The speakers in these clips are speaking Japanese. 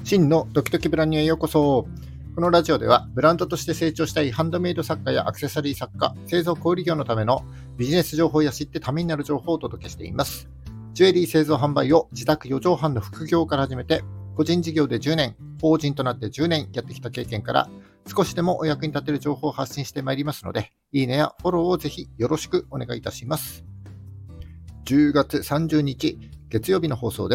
真のドキドキブランニュへようこそ。このラジオではブランドとして成長したいハンドメイド作家やアクセサリー作家、製造小売業のためのビジネス情報や知ってためになる情報をお届けしています。ジュエリー製造販売を自宅4畳半の副業から始めて、個人事業で10年、法人となって10年やってきた経験から、少しでもお役に立てる情報を発信してまいりますので、いいねやフォローをぜひよろしくお願いいたします。10月30日月曜日の放送です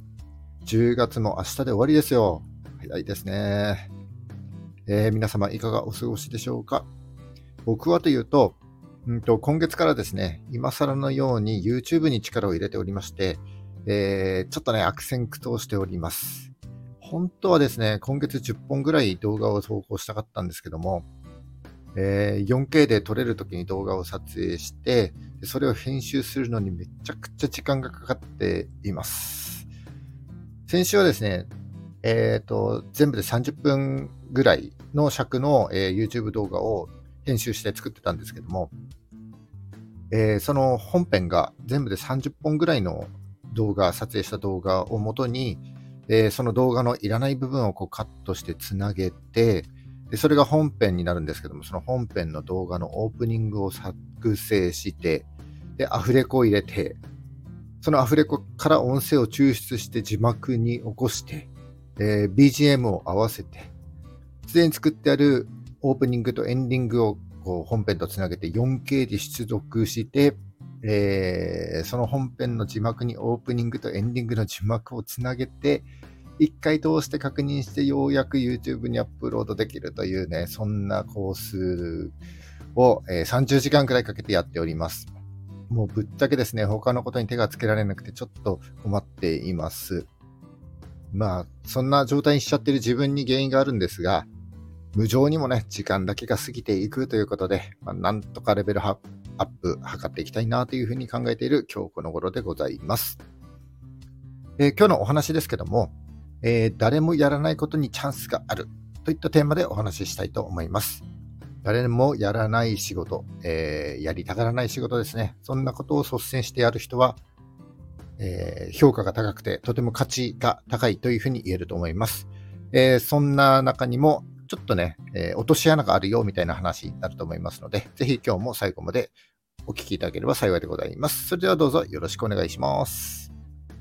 。10月も明日で終わりですよ。早いですね。皆様いかがお過ごしでしょうか。僕はというと、今月からですね、今更のように YouTube に力を入れておりまして、ちょっとね、悪戦苦闘しております。本当はですね、今月10本ぐらい動画を投稿したかったんですけども、4K で撮れるときに動画を撮影して、それを編集するのにめちゃくちゃ時間がかかっています。先週はですね、全部で30分ぐらいの尺の、YouTube 動画を編集して作ってたんですけども、その本編が全部で30本ぐらいの撮影した動画をもとに、その動画のいらない部分をカットしてつなげて、でそれが本編になるんですけども、その本編の動画のオープニングを作成して、でアフレコを入れて、そのアフレコから音声を抽出して字幕に起こして、BGM を合わせて、すでに作ってあるオープニングとエンディングを本編とつなげて 4K で出力して、その本編の字幕にオープニングとエンディングの字幕をつなげて、一回通して確認してようやく YouTube にアップロードできるというね、そんなコースを、30時間くらいかけてやっております。もうぶっちゃけですね、他のことに手がつけられなくてちょっと困っています。まあ、そんな状態にしちゃってる自分に原因があるんですが、無情にもね、時間だけが過ぎていくということで、なんとかレベルアップ図っていきたいなというふうに考えている今日この頃でございます。今日のお話ですけども、誰もやらないことにチャンスがあるといったテーマでお話ししたいと思います。誰もやらない仕事、やりたがらない仕事ですね。そんなことを率先してやる人は、評価が高くてとても価値が高いというふうに言えると思います。そんな中にもちょっとね、落とし穴があるよみたいな話になると思いますので、ぜひ今日も最後までお聞きいただければ幸いでございます。それではどうぞよろしくお願いします。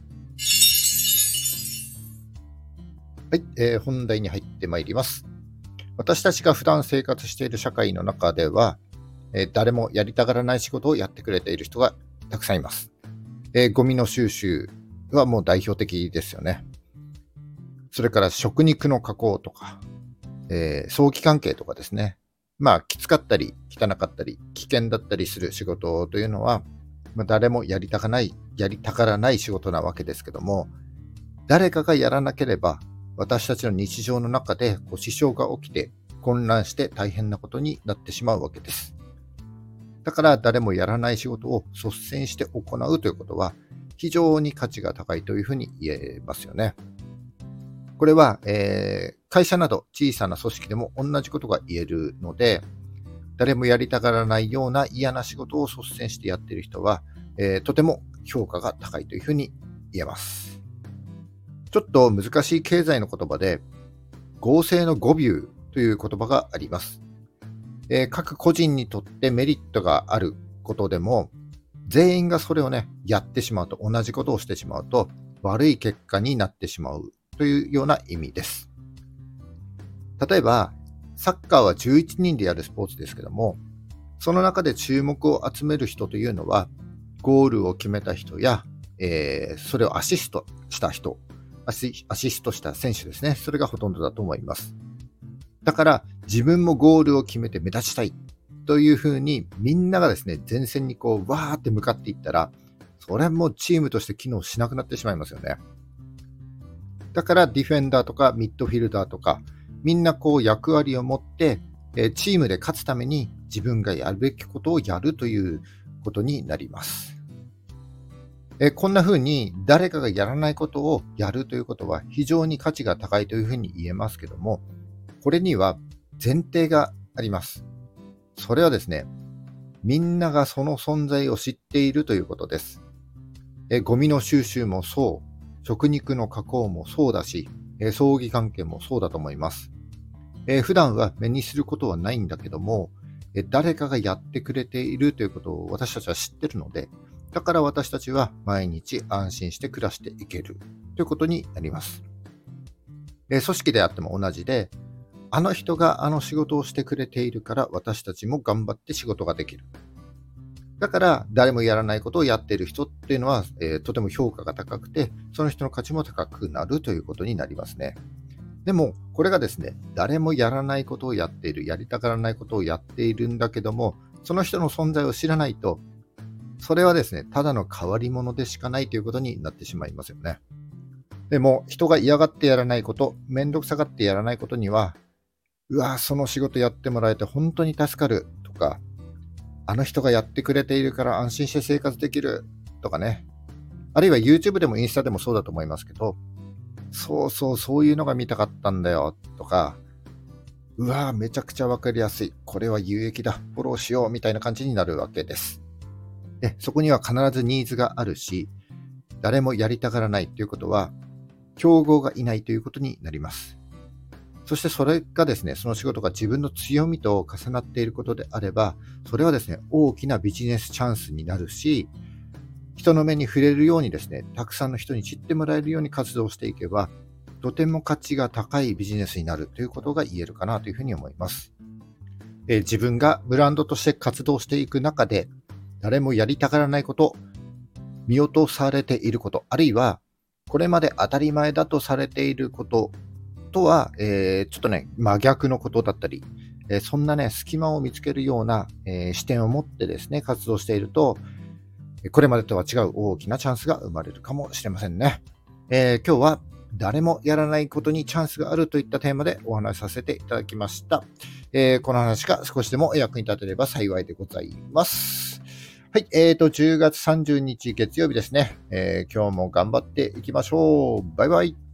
はい、本題に入ってまいります。私たちが普段生活している社会の中では、誰もやりたがらない仕事をやってくれている人がたくさんいます。ゴミの収集はもう代表的ですよね。それから食肉の加工とか、早期関係とかですね。きつかったり汚かったり危険だったりする仕事というのは、誰もやりたがらない仕事なわけですけども、誰かがやらなければ私たちの日常の中で支障が起きて混乱して大変なことになってしまうわけです。だから誰もやらない仕事を率先して行うということは非常に価値が高いというふうに言えますよね。これは、会社など小さな組織でも同じことが言えるので、誰もやりたがらないような嫌な仕事を率先してやっている人は、とても評価が高いというふうに言えます。ちょっと難しい経済の言葉で、合成の誤謬という言葉があります。各個人にとってメリットがあることでも、全員がそれをね、やってしまうと、同じことをしてしまうと、悪い結果になってしまうというような意味です。例えば、サッカーは11人でやるスポーツですけども、その中で注目を集める人というのは、ゴールを決めた人や、それをアシストした人、アシストした選手ですね。それがほとんどだと思います。だから自分もゴールを決めて目立ちたいというふうにみんながですね、前線にわーって向かっていったら、それはもうチームとして機能しなくなってしまいますよね。だからディフェンダーとかミッドフィルダーとか、みんな役割を持って、チームで勝つために自分がやるべきことをやるということになります。こんな風に誰かがやらないことをやるということは非常に価値が高いというふうに言えますけども、これには前提があります。それはですね、みんながその存在を知っているということです。ゴミの収集もそう、食肉の加工もそうだし、 葬儀関係もそうだと思います。普段は目にすることはないんだけども、誰かがやってくれているということを私たちは知ってるので、だから私たちは毎日安心して暮らしていけるということになります。組織であっても同じで、あの人があの仕事をしてくれているから私たちも頑張って仕事ができる。だから誰もやらないことをやっている人っていうのは、とても評価が高くて、その人の価値も高くなるということになりますね。でも、これがですね、誰もやらないことをやっている、やりたがらないことをやっているんだけども、その人の存在を知らないと、それはですね、ただの変わり者でしかないということになってしまいますよね。でも、人が嫌がってやらないこと、めんどくさがってやらないことには、うわ、その仕事やってもらえて本当に助かるとか、あの人がやってくれているから安心して生活できるとかね。あるいは YouTube でもインスタでもそうだと思いますけど、そういうのが見たかったんだよとか、うわーめちゃくちゃわかりやすい。これは有益だ。フォローしようみたいな感じになるわけです。で、そこには必ずニーズがあるし、誰もやりたがらないということは、競合がいないということになります。そしてそれがですね、その仕事が自分の強みと重なっていることであれば、それはですね、大きなビジネスチャンスになるし、人の目に触れるようにですね、たくさんの人に知ってもらえるように活動していけば、とても価値が高いビジネスになるということが言えるかなというふうに思います。自分がブランドとして活動していく中で、誰もやりたがらないこと、見落とされていること、あるいはこれまで当たり前だとされていることとは、ちょっとね、真逆のことだったり、そんなね、隙間を見つけるような、視点を持ってですね、活動していると、これまでとは違う大きなチャンスが生まれるかもしれませんね。今日は誰もやらないことにチャンスがあるといったテーマでお話しさせていただきました。この話が少しでも役に立てれば幸いでございます。はい、10月30日月曜日ですね。今日も頑張っていきましょう。バイバイ。